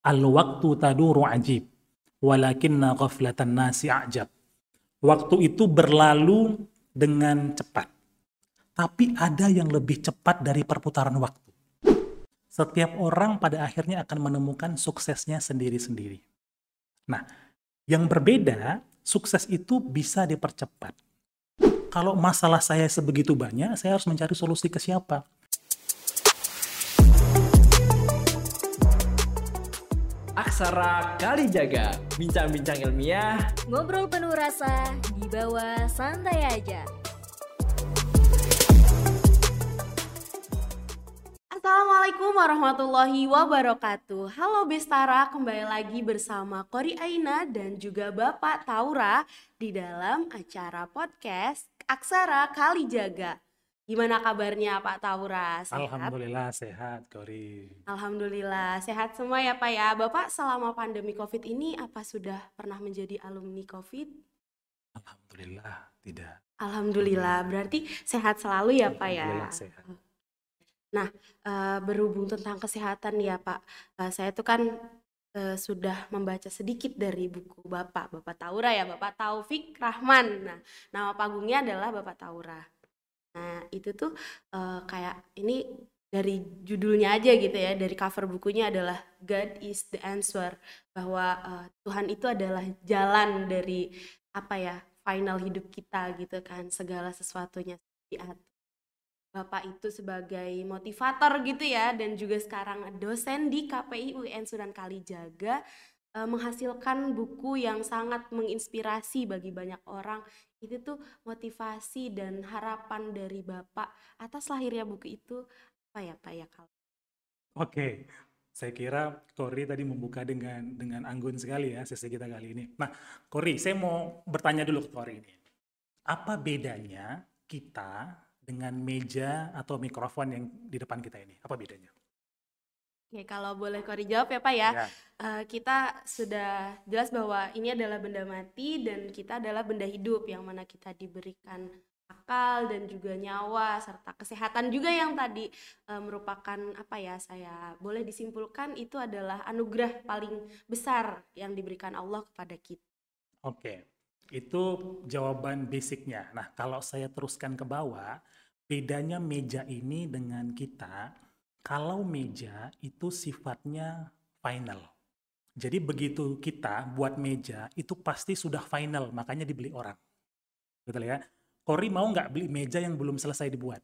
Al-waktu taduru ajib, walakinna ghaflatan nasi a'jab. Waktu itu berlalu dengan cepat, tapi ada yang lebih cepat dari perputaran waktu. Setiap orang pada akhirnya akan menemukan suksesnya sendiri-sendiri. Nah, yang berbeda, sukses itu bisa dipercepat. Kalau masalah saya sebegitu banyak, saya harus mencari solusi ke siapa? Aksara Kalijaga, bincang-bincang ilmiah, ngobrol penuh rasa, di bawah santai aja. Assalamualaikum warahmatullahi wabarakatuh. Halo Bestara, kembali lagi bersama Qori Aina dan juga Bapak Taura di dalam acara podcast Aksara Kalijaga. Gimana kabarnya Pak Taura? Sehat? Alhamdulillah sehat, Qori. Alhamdulillah sehat semua ya Pak ya. Bapak selama pandemi COVID ini apa sudah pernah menjadi alumni COVID? Alhamdulillah tidak. Alhamdulillah, berarti sehat selalu ya Pak ya. Alhamdulillah sehat. Nah, berhubung tentang kesehatan ya Pak, saya tuh kan sudah membaca sedikit dari buku Bapak Taura ya, Bapak Taufik Rahman. Nah, nama panggungnya adalah Bapak Taura. Nah, itu tuh kayak ini dari judulnya aja gitu ya, dari cover bukunya adalah God is the answer, bahwa Tuhan itu adalah jalan dari apa ya, final hidup kita gitu kan, segala sesuatunya diatur. Bapak itu sebagai motivator gitu ya, dan juga sekarang dosen di KPI UIN Sunan Kalijaga, menghasilkan buku yang sangat menginspirasi bagi banyak orang. Itu tuh motivasi dan harapan dari Bapak atas lahirnya buku itu apa ya Pak ya? Oke, saya kira Qori tadi membuka dengan anggun sekali ya sesi kita kali ini. Nah, Qori, saya mau bertanya dulu ke Qori ini. Apa bedanya kita dengan meja atau mikrofon yang di depan kita ini? Apa bedanya? Oke, kalau boleh Qori jawab ya Pak ya. Ya. Kita sudah jelas bahwa ini adalah benda mati dan kita adalah benda hidup yang mana kita diberikan akal dan juga nyawa serta kesehatan juga yang tadi merupakan apa ya, saya boleh disimpulkan itu adalah anugerah paling besar yang diberikan Allah kepada kita. Oke, itu jawaban basicnya. Nah, kalau saya teruskan ke bawah, bedanya meja ini dengan kita, kalau meja itu sifatnya final. Jadi begitu kita buat meja, itu pasti sudah final, makanya dibeli orang. Betul ya? Qori mau nggak beli meja yang belum selesai dibuat?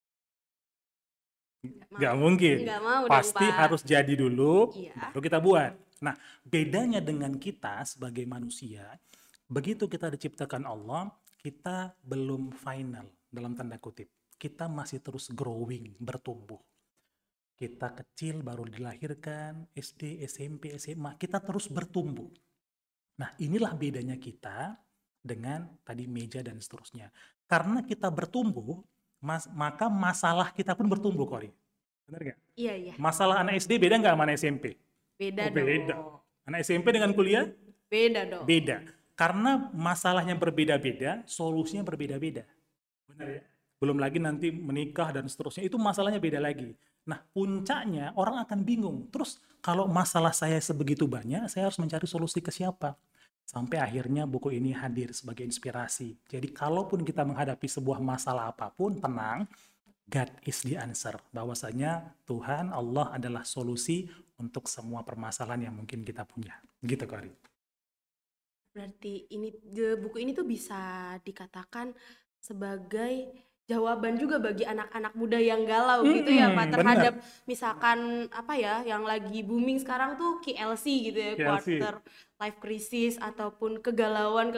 Nggak mungkin. Nggak mau Pasti dong, Pak. harus jadi dulu, Iya. baru kita buat. Nah, bedanya dengan kita sebagai manusia, begitu kita diciptakan Allah, kita belum final, dalam tanda kutip. Kita masih terus growing, bertumbuh. Kita kecil baru dilahirkan, SD, SMP, SMA, kita terus bertumbuh. Nah, inilah bedanya kita dengan tadi meja dan seterusnya. Karena kita bertumbuh, maka masalah kita pun bertumbuh, Qori. Benar nggak? Iya, iya. Masalah anak SD beda nggak sama anak SMP? Beda Oh, beda. dong. Anak SMP dengan kuliah? Beda dong. Beda. Karena masalahnya berbeda-beda, solusinya berbeda-beda. Benar ya? Belum lagi nanti menikah dan seterusnya, itu masalahnya beda lagi. Nah, puncaknya orang akan bingung. Terus kalau masalah saya sebegitu banyak, saya harus mencari solusi ke siapa? Sampai akhirnya buku ini hadir sebagai inspirasi. Jadi kalaupun kita menghadapi sebuah masalah apapun, tenang, God is the answer. Bahwasanya Tuhan, Allah adalah solusi untuk semua permasalahan yang mungkin kita punya. Gitu, Qori. Berarti buku ini tuh bisa dikatakan sebagai jawaban juga bagi anak-anak muda yang galau gitu ya Pak, terhadap misalkan apa ya yang lagi booming sekarang tuh KLC gitu ya, quarter life crisis ataupun kegalauan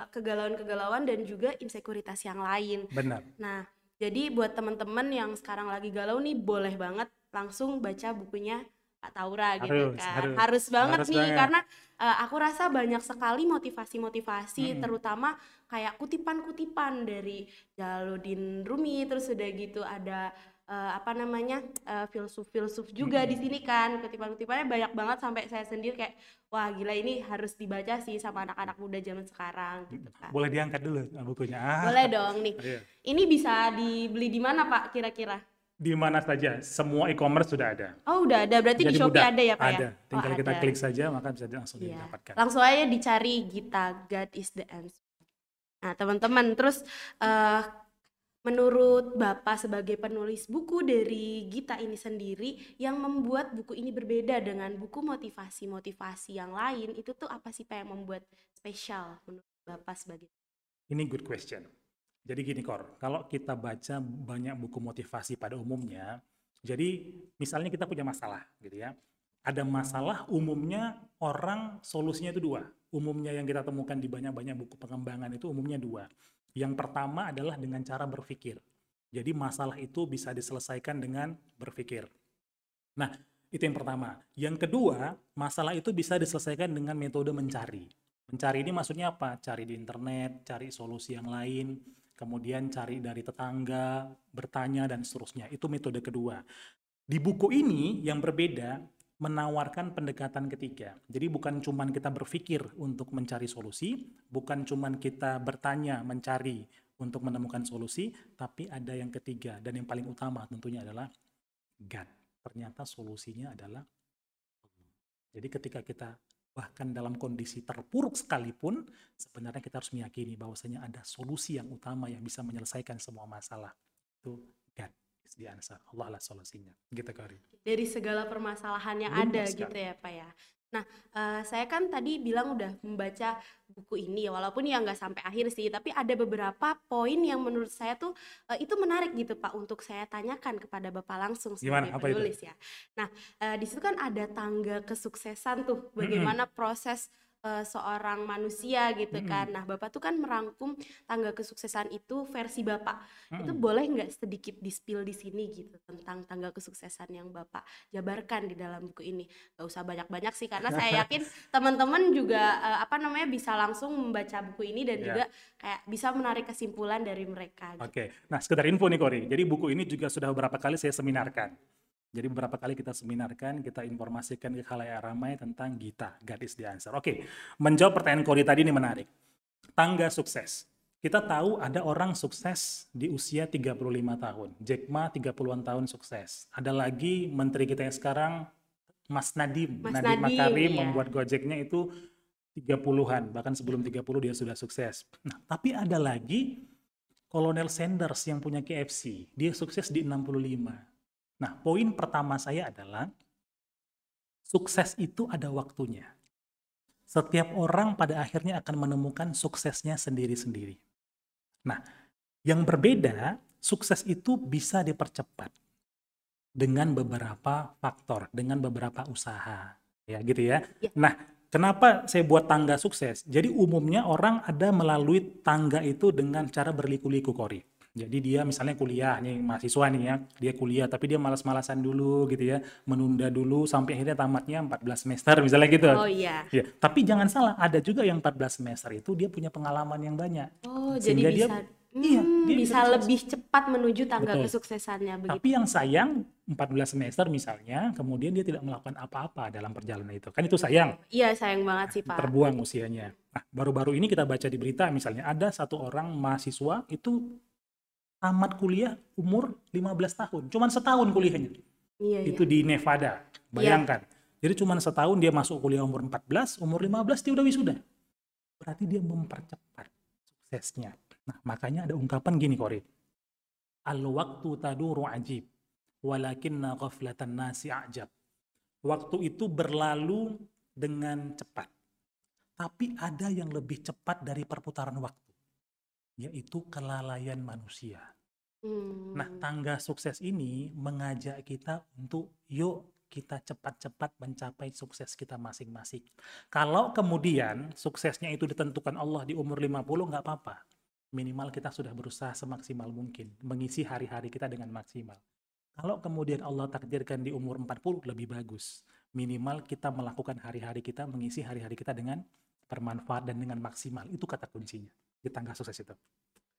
dan juga insekuritas yang lain. Benar. Nah, jadi buat teman-teman yang sekarang lagi galau nih, boleh banget langsung baca bukunya Pak Taura gitu kan. Harus banget nih, karena aku rasa banyak sekali motivasi-motivasi, terutama kayak kutipan-kutipan dari Jalaluddin Rumi, terus udah gitu ada filsuf-filsuf juga di sini kan. Kutipan-kutipannya banyak banget sampai saya sendiri kayak wah gila, ini harus dibaca sih sama anak-anak muda zaman sekarang gitu kan. Boleh diangkat dulu bukunya. Boleh dong nih. Ini bisa dibeli di mana Pak kira-kira? di mana saja, semua e-commerce sudah ada. Oh, udah ada. Berarti di Jadi Shopee mudah, ada ya, Pak ya? ada. Tinggal Oh, kita ada. klik saja, maka bisa langsung Iya. didapatkan. Langsung aja dicari Gita, God is the answer. Nah, teman-teman, terus menurut Bapak sebagai penulis buku dari Gita ini sendiri, yang membuat buku ini berbeda dengan buku motivasi-motivasi yang lain, itu tuh apa sih Pak yang membuat spesial menurut Bapak sebagai... Ini good question. Jadi gini Kor, kalau kita baca banyak buku motivasi pada umumnya, jadi misalnya kita punya masalah gitu ya. Ada masalah umumnya orang solusinya itu dua. Umumnya yang kita temukan di banyak-banyak buku pengembangan itu umumnya dua. Yang pertama adalah dengan cara berpikir. Jadi masalah itu bisa diselesaikan dengan berpikir. Nah, itu yang pertama. Yang kedua, masalah itu bisa diselesaikan dengan metode mencari. Mencari ini maksudnya apa? Cari di internet, cari solusi yang lain, kemudian cari dari tetangga, bertanya, dan seterusnya. Itu metode kedua. Di buku ini yang berbeda, menawarkan pendekatan ketiga. Jadi bukan cuma kita berpikir untuk mencari solusi, bukan cuma kita bertanya, mencari untuk menemukan solusi, tapi ada yang ketiga. Dan yang paling utama tentunya adalah God. Ternyata solusinya adalah Allah. Jadi ketika kita bahkan dalam kondisi terpuruk sekalipun, sebenarnya kita harus meyakini bahwasanya ada solusi yang utama yang bisa menyelesaikan semua masalah. Itu God is the answer. Allah lah solusinya. Gitu Kari. Dari segala permasalahan yang Benar ada sekali. gitu ya Pak ya. Nah, saya kan tadi bilang udah membaca buku ini ya, walaupun ya nggak sampai akhir sih, tapi ada beberapa poin yang menurut saya tuh itu menarik gitu Pak untuk saya tanyakan kepada Bapak langsung Gimana? sebagai Apa itu? penulis ya. Nah, di situ kan ada tangga kesuksesan tuh, bagaimana proses seorang manusia gitu kan. Nah, Bapak tuh kan merangkum tangga kesuksesan itu versi Bapak. Itu boleh nggak sedikit di-spill di sini gitu tentang tangga kesuksesan yang Bapak jabarkan di dalam buku ini? Gak usah banyak-banyak sih, karena saya yakin teman-teman juga bisa langsung membaca buku ini dan Ya. juga kayak bisa menarik kesimpulan dari mereka gitu. Oke. Nah, sekedar info nih Kori. Jadi buku ini juga sudah beberapa kali saya seminarkan. Jadi beberapa kali kita seminarkan, kita informasikan ke khalayak ramai tentang Gita, God is the answer. Oke, menjawab pertanyaan Kori tadi ini menarik. Tangga sukses. Kita tahu ada orang sukses di usia 35 tahun. Jack Ma 30-an tahun sukses. Ada lagi menteri kita yang sekarang, Mas Nadiem. Mas Nadiem Nadiem, Makarim iya. membuat Gojeknya itu 30-an, bahkan sebelum 30 dia sudah sukses. Nah, tapi ada lagi Kolonel Sanders yang punya KFC. Dia sukses di 65. Nah, poin pertama saya adalah sukses itu ada waktunya. Setiap orang pada akhirnya akan menemukan suksesnya sendiri-sendiri. Nah, yang berbeda, sukses itu bisa dipercepat dengan beberapa faktor, dengan beberapa usaha. Ya, gitu ya. Ya. Nah, kenapa saya buat tangga sukses? Jadi umumnya orang ada melalui tangga itu dengan cara berliku-liku, Kori. Jadi dia misalnya kuliah nih, mahasiswa nih ya, dia kuliah tapi dia malas-malasan dulu gitu ya, menunda dulu sampai akhirnya tamatnya 14 semester misalnya gitu. Oh iya. Ya, tapi jangan salah, ada juga yang 14 semester itu dia punya pengalaman yang banyak. Oh, Sehingga jadi dia bisa iya, dia bisa sukses. lebih cepat menuju tangga Betul. kesuksesannya begitu. Tapi yang sayang 14 semester misalnya, kemudian dia tidak melakukan apa-apa dalam perjalanan itu. Kan itu sayang, Iya, sayang banget sih Pak. terbuang usianya. Nah, baru-baru ini kita baca di berita misalnya ada satu orang mahasiswa itu tamat kuliah umur 15 tahun. Cuman setahun kuliahnya. Iya, Itu di Nevada. Bayangkan. Jadi cuman setahun dia masuk kuliah umur 14, umur 15 dia udah wisuda. Berarti dia mempercepat suksesnya. Nah, makanya ada ungkapan gini, Kori. Al-waktu taduru ajib, walakinna ghaflatan nasi ajab. Waktu itu berlalu dengan cepat. Tapi ada yang lebih cepat dari perputaran waktu, yaitu kelalaian manusia. Nah, tangga sukses ini mengajak kita untuk yuk kita cepat-cepat mencapai sukses kita masing-masing. Kalau kemudian suksesnya itu ditentukan Allah di umur 50, nggak apa-apa. Minimal kita sudah berusaha semaksimal mungkin, mengisi hari-hari kita dengan maksimal. Kalau kemudian Allah takdirkan di umur 40, lebih bagus. Minimal kita melakukan hari-hari kita, mengisi hari-hari kita dengan bermanfaat dan dengan maksimal. Itu kata kuncinya di tangga sukses itu.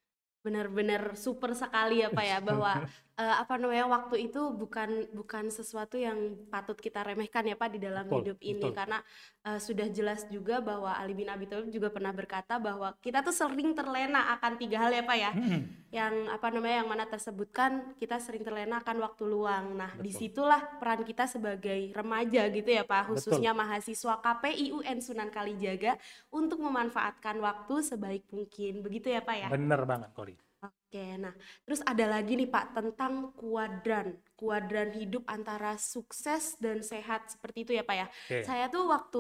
benar-benar super sekali ya Pak ya, bahwa apa namanya, waktu itu bukan sesuatu yang patut kita remehkan ya Pak di dalam Betul, hidup ini, betul. karena sudah jelas juga bahwa Ali bin Abi Thalib juga pernah berkata bahwa kita tuh sering terlena akan 3 hal ya Pak ya, Mm-mm. yang apa namanya, yang mana tersebutkan kita sering terlena akan waktu luang. Nah, Betul, disitulah peran kita sebagai remaja gitu ya Pak, betul. khususnya mahasiswa KPI UN Sunan Kalijaga, untuk memanfaatkan waktu sebaik mungkin. Begitu ya Pak ya? Bener banget, Kori. Oke, nah terus ada lagi nih Pak tentang kuadran hidup antara sukses dan sehat, seperti itu ya Pak ya. Oke. Saya tuh waktu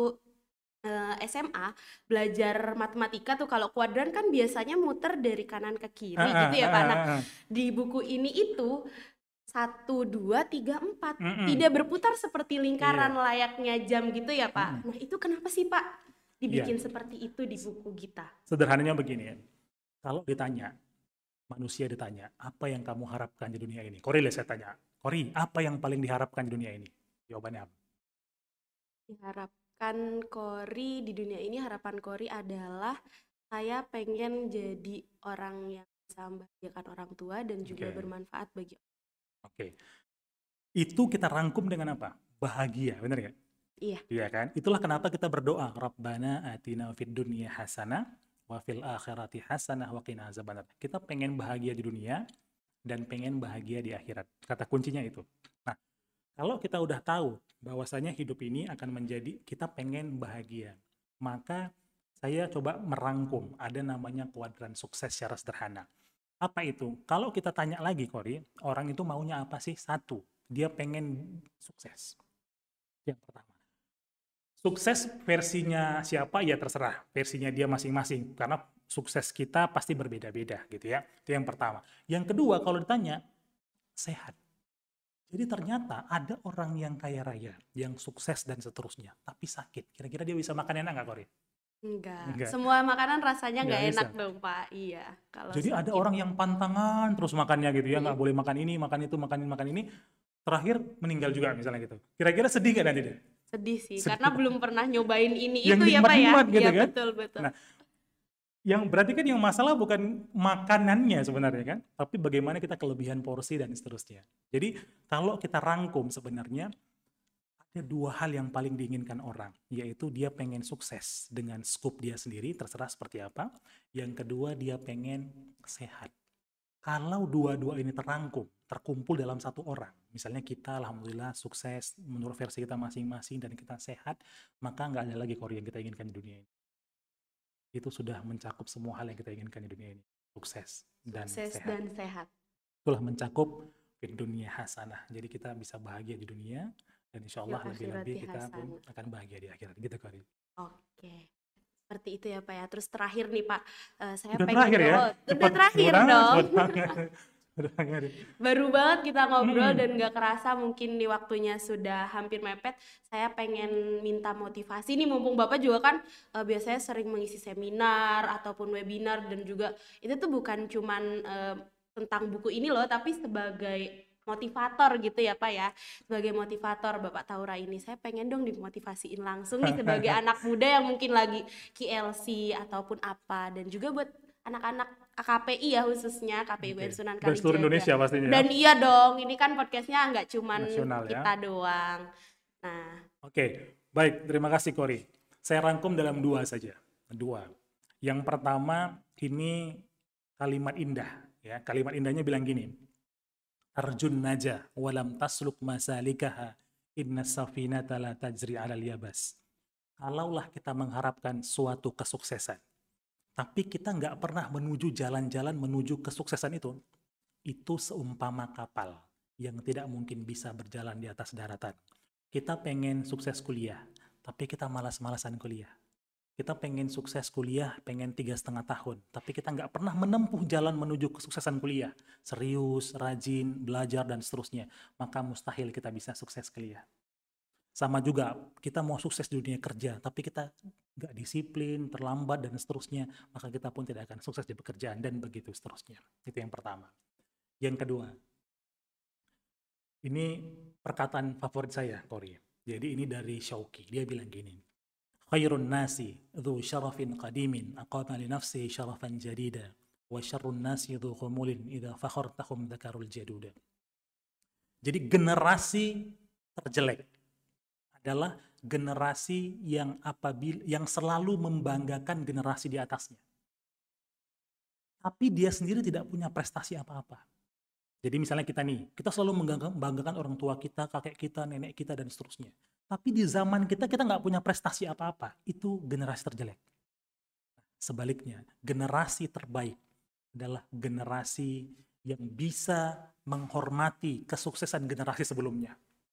SMA belajar matematika tuh, kalau kuadran kan biasanya muter dari kanan ke kiri gitu ya Pak. Nah, di buku ini itu 1, 2, 3, 4 Mm-mm. tidak berputar seperti lingkaran Iya. layaknya jam gitu ya Pak. Mm-mm. Nah, itu kenapa sih Pak dibikin Iya. seperti itu di buku kita? Sederhananya begini ya. Kalau manusia ditanya, apa yang kamu harapkan di dunia ini? Kori, saya tanya, Kori, apa yang paling diharapkan di dunia ini? Jawabannya apa? Diharapkan Kori di dunia ini, harapan Kori adalah saya pengen jadi orang yang bisa membahagiakan orang tua dan juga Oke. bermanfaat bagi Oke. Itu kita rangkum dengan apa? Bahagia, benar ya? Iya. Iya kan? Itulah kenapa kita berdoa, Rabbana atina fid dunya hasanah wa fil akhirati hasanah wa qina azabannar. Kita pengen bahagia di dunia dan pengen bahagia di akhirat. Kata kuncinya itu. Nah, kalau kita udah tahu bahwasanya hidup ini akan menjadi kita pengen bahagia, maka saya coba merangkum, ada namanya kuadran sukses secara sederhana. Apa itu? Kalau kita tanya lagi, Kori, orang itu maunya apa sih? Satu, dia pengen sukses. Yang pertama. Sukses versinya siapa ya terserah, versinya dia masing-masing, karena sukses kita pasti berbeda-beda gitu ya. Itu yang pertama. Yang kedua, kalau ditanya sehat. Jadi ternyata ada orang yang kaya raya, yang sukses dan seterusnya, tapi sakit. Kira-kira dia bisa makan enak nggak, Kori? Enggak. Semua makanan rasanya Nggak nggak bisa. enak dong Pak. Iya. Kalau Jadi ada sakit. orang yang pantangan terus makannya gitu ya, nggak boleh makan ini, makan itu, makan ini, terakhir meninggal juga misalnya gitu. Kira-kira sedih nggak nanti dia? Sedih sih, Sedih. karena belum pernah nyobain ini Yang itu ya Pak ya. nikmat-nikmat gitu Iya kan? betul. Nah, yang berarti kan yang masalah bukan makanannya sebenarnya kan, tapi bagaimana kita kelebihan porsi dan seterusnya. Jadi kalau kita rangkum sebenarnya ada 2 hal yang paling diinginkan orang, yaitu dia pengen sukses dengan scope dia sendiri, terserah seperti apa. Yang kedua, dia pengen sehat. Kalau dua-dua ini terkumpul dalam satu orang, misalnya kita alhamdulillah sukses menurut versi kita masing-masing dan kita sehat, maka nggak ada lagi Kori yang kita inginkan di dunia ini. Itu sudah mencakup semua hal yang kita inginkan di dunia ini. Sukses dan Sukses sehat. dan sehat. Itulah mencakup di dunia hasanah. Jadi kita bisa bahagia di dunia dan insya Allah Fil lebih-lebih akhirati kita pun hasanah. akan bahagia di akhirat. Gitu Kori. Oke. Seperti itu ya Pak ya. Terus terakhir nih Pak, saya Udah pengen terakhir ya? udah terakhir Cepet dong. banget. Udah terakhir. Baru banget kita ngobrol Mm-mm. dan gak kerasa mungkin di waktunya sudah hampir mepet. Saya pengen minta motivasi nih, mumpung Bapak juga kan biasanya sering mengisi seminar ataupun webinar, dan juga itu tuh bukan cuman tentang buku ini loh, tapi sebagai motivator gitu ya Pak ya. Sebagai motivator Bapak Taura ini, saya pengen dong dimotivasiin langsung nih sebagai anak muda yang mungkin lagi KLC ataupun apa, dan juga buat anak-anak KPI ya, khususnya KPI UN Oke. Sunan Dan seluruh Kalijaga. Indonesia pastinya. Dan iya dong, ini kan podcastnya nggak cuman Nasional ya. kita doang. Nah, Oke, baik. Terima kasih Kori. Saya rangkum dalam 2 saja. 2. Yang pertama ini kalimat indah. Ya, kalimat indahnya bilang gini. Arjun naja walam tasluk masalikaha inna safinata la tajri alal yabas. Kalaulah kita mengharapkan suatu kesuksesan, tapi kita nggak pernah menuju jalan-jalan menuju kesuksesan itu seumpama kapal yang tidak mungkin bisa berjalan di atas daratan. Kita pengen sukses kuliah, tapi kita malas-malasan kuliah. Kita pengen sukses kuliah, pengen 3,5 tahun, tapi kita nggak pernah menempuh jalan menuju kesuksesan kuliah. Serius, rajin, belajar, dan seterusnya. Maka mustahil kita bisa sukses kuliah. Sama juga, kita mau sukses di dunia kerja, tapi kita nggak disiplin, terlambat, dan seterusnya, maka kita pun tidak akan sukses di pekerjaan, dan begitu seterusnya. Itu yang pertama. Yang kedua, ini perkataan favorit saya, Kori. Jadi ini dari Syauqi. Dia bilang gini, khairun nasi dhu syarafin qadimin aqama li nafsihi syarafan jadida wa syarrun nasi dzu khumulin idza fakhartahum dzakarul jaduda. Jadi generasi terjelek adalah generasi yang selalu membanggakan generasi di atasnya. Tapi dia sendiri tidak punya prestasi apa-apa. Jadi misalnya kita selalu membanggakan orang tua kita, kakek kita, nenek kita, dan seterusnya. Tapi di zaman kita nggak punya prestasi apa-apa. Itu generasi terjelek. Sebaliknya, generasi terbaik adalah generasi yang bisa menghormati kesuksesan generasi sebelumnya.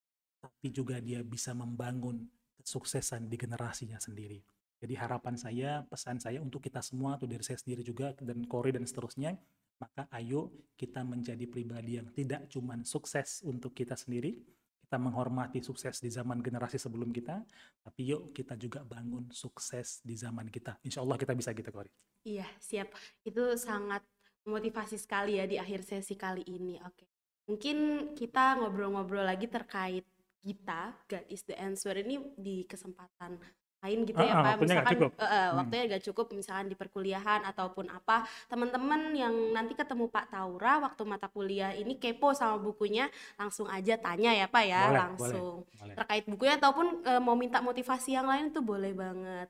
Tapi juga dia bisa membangun kesuksesan di generasinya sendiri. Jadi harapan saya, pesan saya untuk kita semua, atau dari saya sendiri juga, dan Kori dan seterusnya, maka ayo kita menjadi pribadi yang tidak cuma sukses untuk kita sendiri, kita menghormati sukses di zaman generasi sebelum kita, tapi yuk kita juga bangun sukses di zaman kita. Insya Allah kita bisa gitu, Kori. Iya, siap. Itu sangat memotivasi sekali ya di akhir sesi kali ini. Oke. Mungkin kita ngobrol-ngobrol lagi terkait kita, God is the answer ini di kesempatan lain gitu ya Pak. Waktunya Misalkan cukup. waktunya nggak cukup, misalkan di perkuliahan ataupun apa, teman-teman yang nanti ketemu Pak Taura waktu mata kuliah ini kepo sama bukunya, langsung aja tanya ya Pak ya, Boleh, langsung boleh. terkait bukunya ataupun mau minta motivasi yang lain itu boleh banget.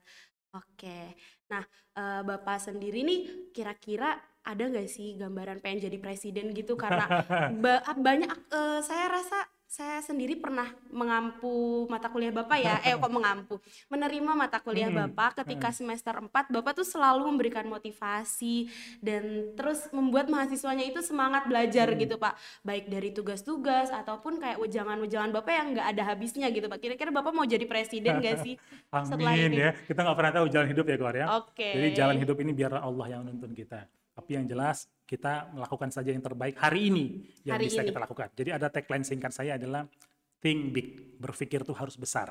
Oke. Nah, Bapak sendiri nih kira-kira ada nggak sih gambaran pengen jadi presiden gitu? Karena banyak, saya rasa saya sendiri pernah mengampu mata kuliah Bapak ya, menerima mata kuliah Bapak ketika semester 4, Bapak tuh selalu memberikan motivasi dan terus membuat mahasiswanya itu semangat belajar gitu Pak, baik dari tugas-tugas ataupun kayak wejangan-wejangan Bapak yang nggak ada habisnya gitu Pak. Kira-kira Bapak mau jadi presiden nggak sih setelah Amin ini? ya, kita nggak pernah tahu jalan hidup ya, Kori ya. Oke. Jadi jalan hidup ini biar Allah yang menuntun kita. Tapi yang jelas kita melakukan saja yang terbaik hari ini yang Hari bisa ini. kita lakukan. Jadi ada tagline singkat saya adalah think big, berpikir tuh harus besar.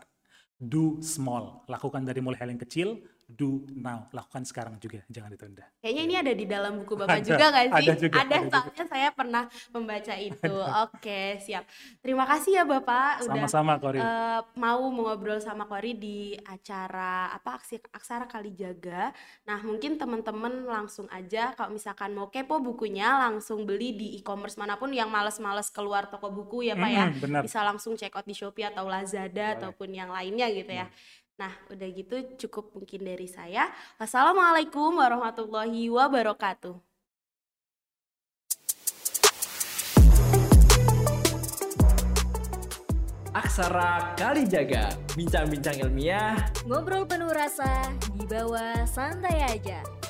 Do small, lakukan dari mulai hal yang kecil. Do now, lakukan sekarang juga, jangan ditunda. Kayaknya ini ada di dalam buku Bapak Ada, juga nggak sih? ada juga, ada juga. Soalnya saya pernah membaca itu. Oke, siap. Terima kasih ya Bapak udah Sama-sama, Kori. mau ngobrol sama Kori di acara Aksara Kalijaga. Nah, mungkin teman-teman langsung aja kalau misalkan mau kepo bukunya, langsung beli di e-commerce manapun, yang males-males keluar toko buku ya Pak ya. Benar. Bisa langsung check out di Shopee atau Lazada ataupun yang lainnya gitu ya. Nah, udah gitu cukup mungkin dari saya. Wassalamualaikum warahmatullahi wabarakatuh. Aksara Kalijaga, bincang-bincang ilmiah Ngobrol penuh rasa, dibawa santai aja.